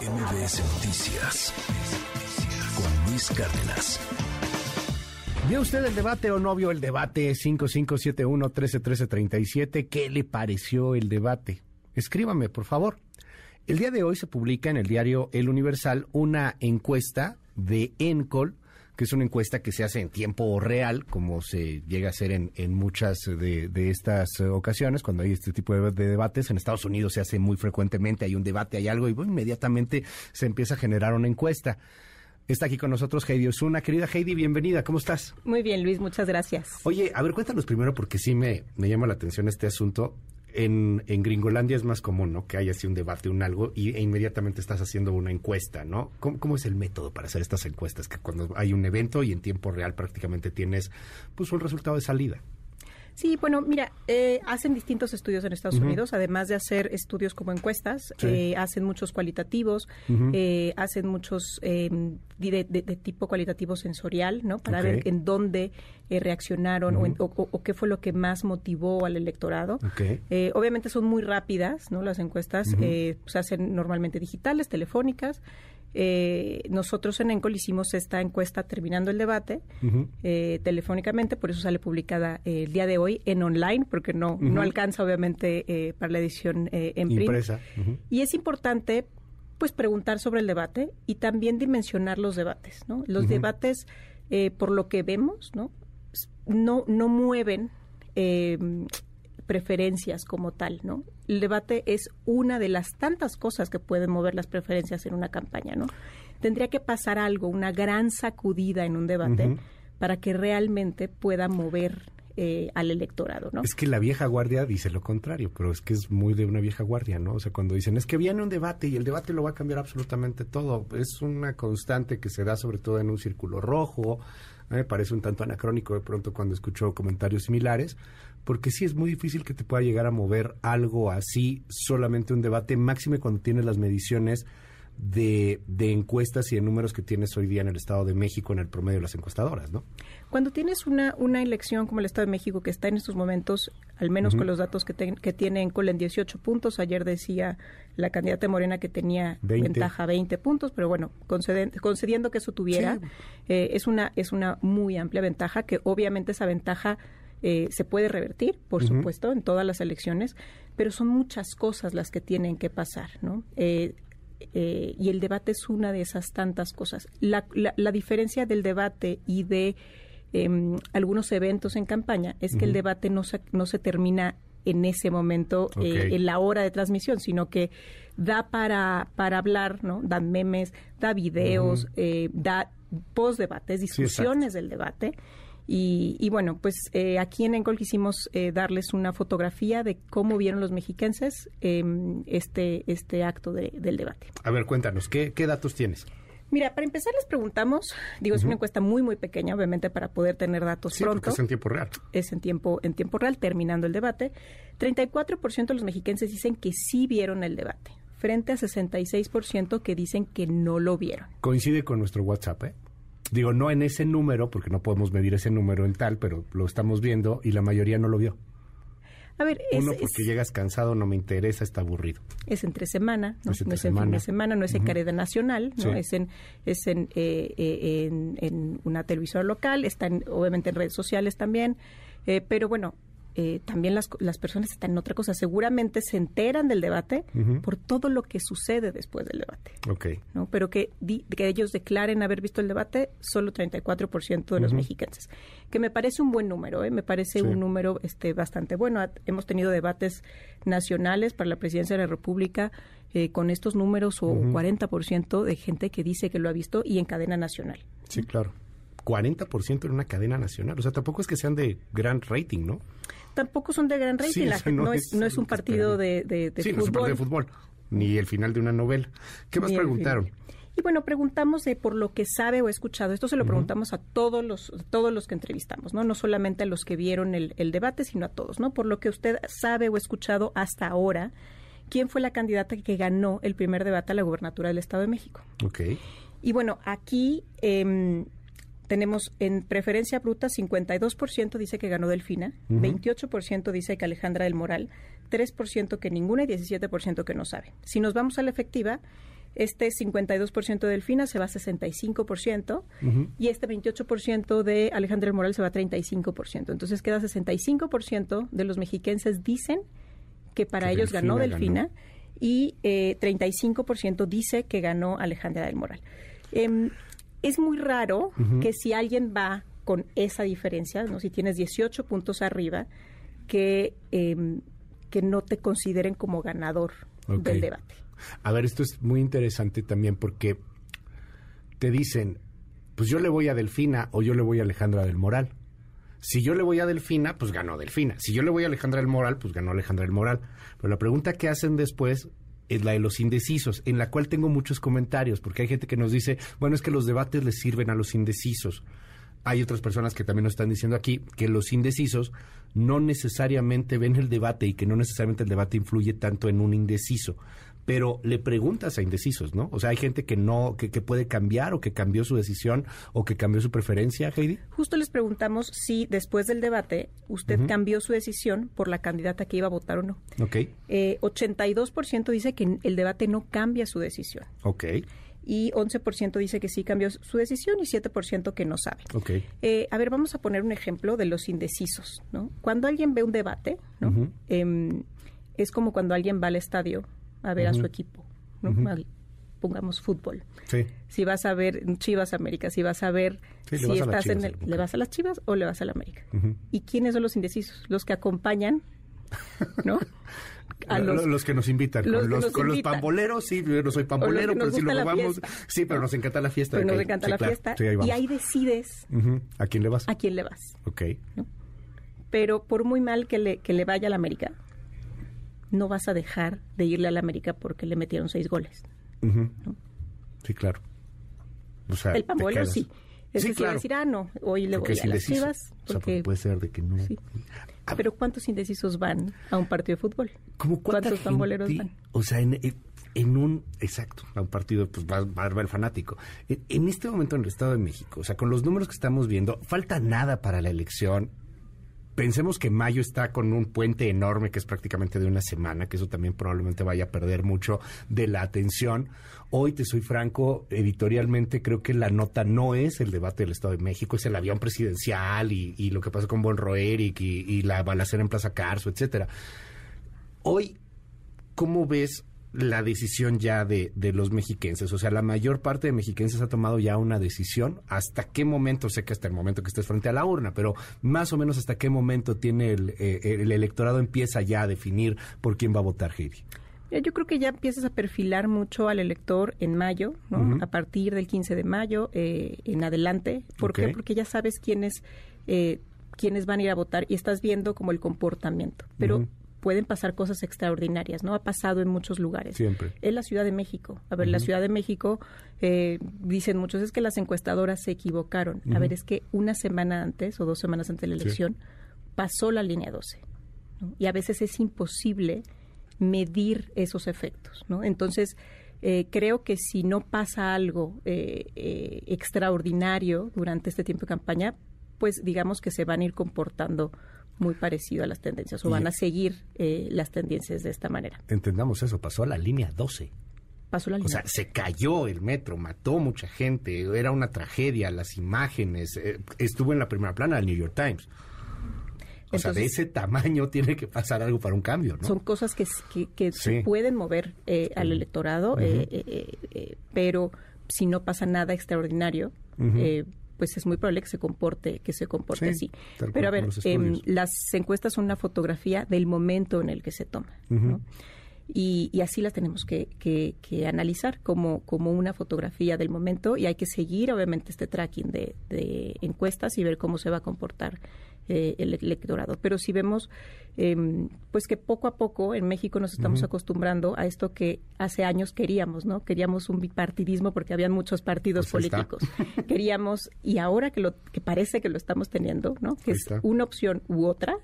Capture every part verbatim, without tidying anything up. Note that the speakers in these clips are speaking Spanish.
M B S Noticias con Luis Cárdenas. ¿Vio usted el debate o no vio el debate? cinco cinco siete uno, uno tres uno tres, tres siete. ¿Qué le pareció el debate? Escríbame, por favor. El día de hoy se publica en el diario El Universal una encuesta de Encol, que es una encuesta que se hace en tiempo real, como se llega a hacer en, en muchas de, de estas ocasiones, cuando hay este tipo de, de debates. En Estados Unidos se hace muy frecuentemente, hay un debate, hay algo, y bueno, inmediatamente se empieza a generar una encuesta. Está aquí con nosotros Heidi Osuna. Querida Heidi, bienvenida, ¿cómo estás? Muy bien, Luis, muchas gracias. Oye, a ver, cuéntanos primero, porque sí me, me llama la atención este asunto. En, en Gringolandia es más común, ¿no?, que haya así un debate, un algo, y, e inmediatamente estás haciendo una encuesta, ¿no? ¿Cómo, ¿Cómo es el método para hacer estas encuestas? Que cuando hay un evento y en tiempo real prácticamente tienes, pues, un resultado de salida. Sí, bueno, mira, eh, hacen distintos estudios en Estados uh-huh. Unidos, además de hacer estudios como encuestas, sí. eh, hacen muchos cualitativos, uh-huh. eh, hacen muchos eh, de, de, de tipo cualitativo sensorial, ¿no? Para okay. ver en dónde eh, reaccionaron uh-huh. o, en, o, o, o qué fue lo que más motivó al electorado. Okay. Eh, obviamente son muy rápidas, ¿no? Las encuestas uh-huh. eh, se hacen normalmente digitales, telefónicas. Eh, nosotros en Encol hicimos esta encuesta terminando el debate uh-huh. eh, telefónicamente, por eso sale publicada eh, el día de hoy en online, porque no, uh-huh. no alcanza obviamente eh, para la edición eh, en print. Impresa. Uh-huh. Y es importante pues preguntar sobre el debate y también dimensionar los debates, ¿no? Los uh-huh. debates, eh, por lo que vemos, ¿no? No, no mueven eh, preferencias como tal, ¿no? El debate es una de las tantas cosas que pueden mover las preferencias en una campaña, ¿no? Tendría que pasar algo, una gran sacudida en un debate uh-huh. para que realmente pueda mover eh, al electorado, ¿no? Es que la vieja guardia dice lo contrario, pero es que es muy de una vieja guardia, ¿no? O sea, cuando dicen, es que viene un debate y el debate lo va a cambiar absolutamente todo. Es una constante que se da sobre todo en un círculo rojo. Me parece un tanto anacrónico de pronto cuando escucho comentarios similares, porque sí es muy difícil que te pueda llegar a mover algo así, solamente un debate, máxime cuando tienes las mediciones de, de encuestas y de números que tienes hoy día en el Estado de México en el promedio de las encuestadoras, ¿no? Cuando tienes una, una elección como el Estado de México, que está en estos momentos, al menos uh-huh. con los datos que, te, que tiene Encol en dieciocho puntos, ayer decía la candidata Morena que tenía veinte. Ventaja veinte puntos, pero bueno, conceden, concediendo que eso tuviera, sí. eh, es una es una muy amplia ventaja, que obviamente esa ventaja Eh, se puede revertir, por uh-huh. supuesto, en todas las elecciones, pero son muchas cosas las que tienen que pasar, ¿no? Eh, eh, y el debate es una de esas tantas cosas. La, la, la diferencia del debate y de eh, algunos eventos en campaña es uh-huh. que el debate no se, no se termina en ese momento, okay. eh, en la hora de transmisión, sino que da para, para hablar, ¿no? Da memes, da videos, uh-huh. eh, da post-debates, discusiones sí, del debate. Y, y bueno, pues eh, aquí en Encol quisimos eh, darles una fotografía de cómo vieron los mexiquenses eh, este este acto de, del debate. A ver, cuéntanos, ¿qué, qué datos tienes? Mira, para empezar les preguntamos, digo, uh-huh. es una encuesta muy, muy pequeña, obviamente, para poder tener datos sí, pronto. Sí, es en tiempo real. Es en tiempo, en tiempo real, terminando el debate. treinta y cuatro por ciento de los mexiquenses dicen que sí vieron el debate, frente a sesenta y seis por ciento que dicen que no lo vieron. Coincide con nuestro WhatsApp, ¿eh? Digo, no en ese número, porque no podemos medir ese número en tal, pero lo estamos viendo y la mayoría no lo vio. A ver, es, Uno, porque es, llegas cansado, no me interesa, está aburrido. Es entre semana, ¿no? Es entre no es semana. en fin de semana, no es uh-huh. en cadena nacional, ¿no? Sí. Es en es en, eh, eh, en, en una televisora local, está en, obviamente en redes sociales también, eh, pero bueno, eh, también las, las personas están en otra cosa. Seguramente se enteran del debate uh-huh. por todo lo que sucede después del debate. Okay. ¿No? Pero que, di, que ellos declaren haber visto el debate, solo treinta y cuatro por ciento de los uh-huh. mexicanos. Que me parece un buen número, ¿eh? Me parece sí. un número este bastante bueno. Hemos tenido debates nacionales para la presidencia de la República eh, con estos números o uh-huh. cuarenta por ciento de gente que dice que lo ha visto y en cadena nacional. Sí, claro. cuarenta por ciento en una cadena nacional. O sea, tampoco es que sean de gran rating, ¿no? Tampoco son de gran rating. Sí, la, o sea, no, no, es, no es un partido de, de, de sí, fútbol. Sí, no es un partido de fútbol. Ni el final de una novela. ¿Qué más preguntaron? Y bueno, preguntamos de por lo que sabe o ha escuchado. Esto se lo uh-huh. preguntamos a todos los todos los que entrevistamos, ¿no? No solamente a los que vieron el, el debate, sino a todos, ¿no? Por lo que usted sabe o ha escuchado hasta ahora, ¿quién fue la candidata que ganó el primer debate a la gubernatura del Estado de México? Ok. Y bueno, aquí eh, tenemos en preferencia bruta cincuenta y dos por ciento dice que ganó Delfina, uh-huh. veintiocho por ciento dice que Alejandra del Moral, tres por ciento que ninguna y diecisiete por ciento que no sabe. Si nos vamos a la efectiva, Este cincuenta y dos por ciento de Delfina se va a sesenta y cinco por ciento uh-huh. y este veintiocho por ciento de Alejandra del Moral se va a treinta y cinco por ciento. Entonces queda sesenta y cinco por ciento de los mexiquenses dicen que para que ellos Delfina ganó Delfina ganó. y eh, treinta y cinco por ciento dice que ganó Alejandra del Moral. Eh, es muy raro uh-huh. que si alguien va con esa diferencia, ¿no? Si tienes dieciocho puntos arriba, que, eh, que no te consideren como ganador okay. del debate. A ver, esto es muy interesante también porque te dicen, pues yo le voy a Delfina o yo le voy a Alejandra del Moral. Si yo le voy a Delfina, pues ganó Delfina. Si yo le voy a Alejandra del Moral, pues ganó Alejandra del Moral. Pero la pregunta que hacen después es la de los indecisos, en la cual tengo muchos comentarios, porque hay gente que nos dice, bueno, es que los debates les sirven a los indecisos. Hay otras personas que también nos están diciendo aquí que los indecisos no necesariamente ven el debate y que no necesariamente el debate influye tanto en un indeciso. Pero le preguntas a indecisos, ¿no? O sea, hay gente que no, que, que puede cambiar o que cambió su decisión o que cambió su preferencia, Heidi. Justo les preguntamos si después del debate usted uh-huh. cambió su decisión por la candidata que iba a votar o no. Ok. Eh, ochenta y dos por ciento dice que el debate no cambia su decisión. Ok. Y once por ciento dice que sí cambió su decisión y siete por ciento que no sabe. Okay. Eh, a ver, vamos a poner un ejemplo de los indecisos, ¿no? Cuando alguien ve un debate, ¿no? Uh-huh. eh, es como cuando alguien va al estadio a ver uh-huh. a su equipo, ¿no? Uh-huh. Al, pongamos fútbol. Sí. Si vas a ver Chivas América, si vas a ver sí, si estás en el, ¿le vas a las Chivas o le vas a la América? Uh-huh. ¿Y quiénes son los indecisos? Los que acompañan, ¿no? A los, los que nos invitan, los con, los, nos con invitan. los pamboleros, sí, yo no soy pambolero, pero si luego vamos, sí, pero nos encanta la fiesta. Pero okay. nos encanta sí, la claro. fiesta sí, ahí y ahí decides uh-huh. ¿a quién le vas? A quién le vas. Ok. ¿No? Pero por muy mal que le, que le vaya a la América, no vas a dejar de irle a la América porque le metieron seis goles. Uh-huh. ¿No? Sí, claro. O sea, el pambolero sí. Es sí, decir, claro. decir, ah, no, hoy le porque voy a las Chivas. Porque... O sea, puede ser de que no. Sí. Ah, pero ¿cuántos indecisos van a un partido de fútbol? ¿Cómo ¿Cuántos gente, pamboleros van? O sea, en, en un, exacto, a un partido, pues va, va, va el fanático. En, en este momento en el Estado de México, o sea, con los números que estamos viendo, falta nada para la elección. Pensemos que mayo está con un puente enorme que es prácticamente de una semana, que eso también probablemente vaya a perder mucho de la atención. Hoy, te soy franco, editorialmente creo que la nota no es el debate del Estado de México, es el avión presidencial y, y lo que pasó con Von Roerich y, y la balacera en Plaza Carso, etcétera. Hoy, ¿cómo ves la decisión ya de, de los mexiquenses? O sea, la mayor parte de mexiquenses ha tomado ya una decisión. ¿Hasta qué momento? Sé que hasta el momento que estés frente a la urna, pero más o menos hasta qué momento tiene el, eh, el electorado empieza ya a definir por quién va a votar, Heidi. Yo creo que ya empiezas a perfilar mucho al elector en mayo, ¿no? Uh-huh. A partir del quince de mayo eh, en adelante. ¿Por okay. qué? Porque ya sabes quiénes, eh, quiénes van a ir a votar y estás viendo como el comportamiento. Pero uh-huh. pueden pasar cosas extraordinarias, ¿no? Ha pasado en muchos lugares. Siempre. En la Ciudad de México. A ver, uh-huh. la Ciudad de México, eh, dicen muchos, es que las encuestadoras se equivocaron. Uh-huh. A ver, es que una semana antes o dos semanas antes de la elección sí. pasó la línea doce, ¿no? Y a veces es imposible medir esos efectos, ¿no? Entonces, eh, creo que si no pasa algo eh, eh, extraordinario durante este tiempo de campaña, pues digamos que se van a ir comportando muy parecido a las tendencias o van a seguir eh, las tendencias de esta manera. Entendamos eso, pasó a la línea doce. Pasó la línea. O sea, se cayó el metro, mató mucha gente, era una tragedia, las imágenes, eh, estuvo en la primera plana del New York Times. O Entonces, sea, de ese tamaño tiene que pasar algo para un cambio, ¿no? Son cosas que, que, que sí. se pueden mover eh, al electorado, uh-huh. eh, eh, eh, pero si no pasa nada extraordinario, uh-huh. eh, pues es muy probable que se comporte, que se comporte sí, así. Pero a ver, eh, las encuestas son una fotografía del momento en el que se toma, uh-huh. ¿no? Y, y así las tenemos que, que, que analizar como, como una fotografía del momento y hay que seguir, obviamente, este tracking de, de encuestas y ver cómo se va a comportar eh, el electorado. Pero si vemos, eh, pues que poco a poco en México nos estamos uh-huh. acostumbrando a esto que hace años queríamos, ¿no? Queríamos un bipartidismo porque habían muchos partidos pues políticos. Queríamos, y ahora que, lo, que parece que lo estamos teniendo, ¿no? Que es una opción u otra,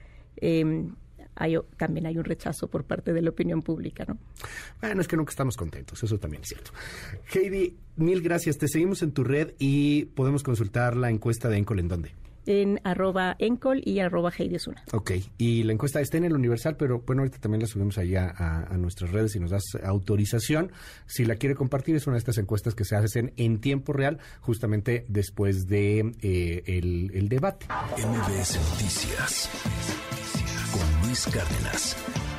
eh, Hay, también hay un rechazo por parte de la opinión pública, ¿no? Bueno, es que nunca estamos contentos, eso también es cierto. Heidi, mil gracias. Te seguimos en tu red y podemos consultar la encuesta de Encol, ¿en dónde? en arroba encol y arroba Heidi Osuna. Ok, y la encuesta está en el Universal, pero bueno, ahorita también la subimos allá a, a nuestras redes y nos das autorización. Si la quiere compartir, es una de estas encuestas que se hacen en tiempo real, justamente después de eh, el, el debate. M B S Noticias con Luis Cárdenas.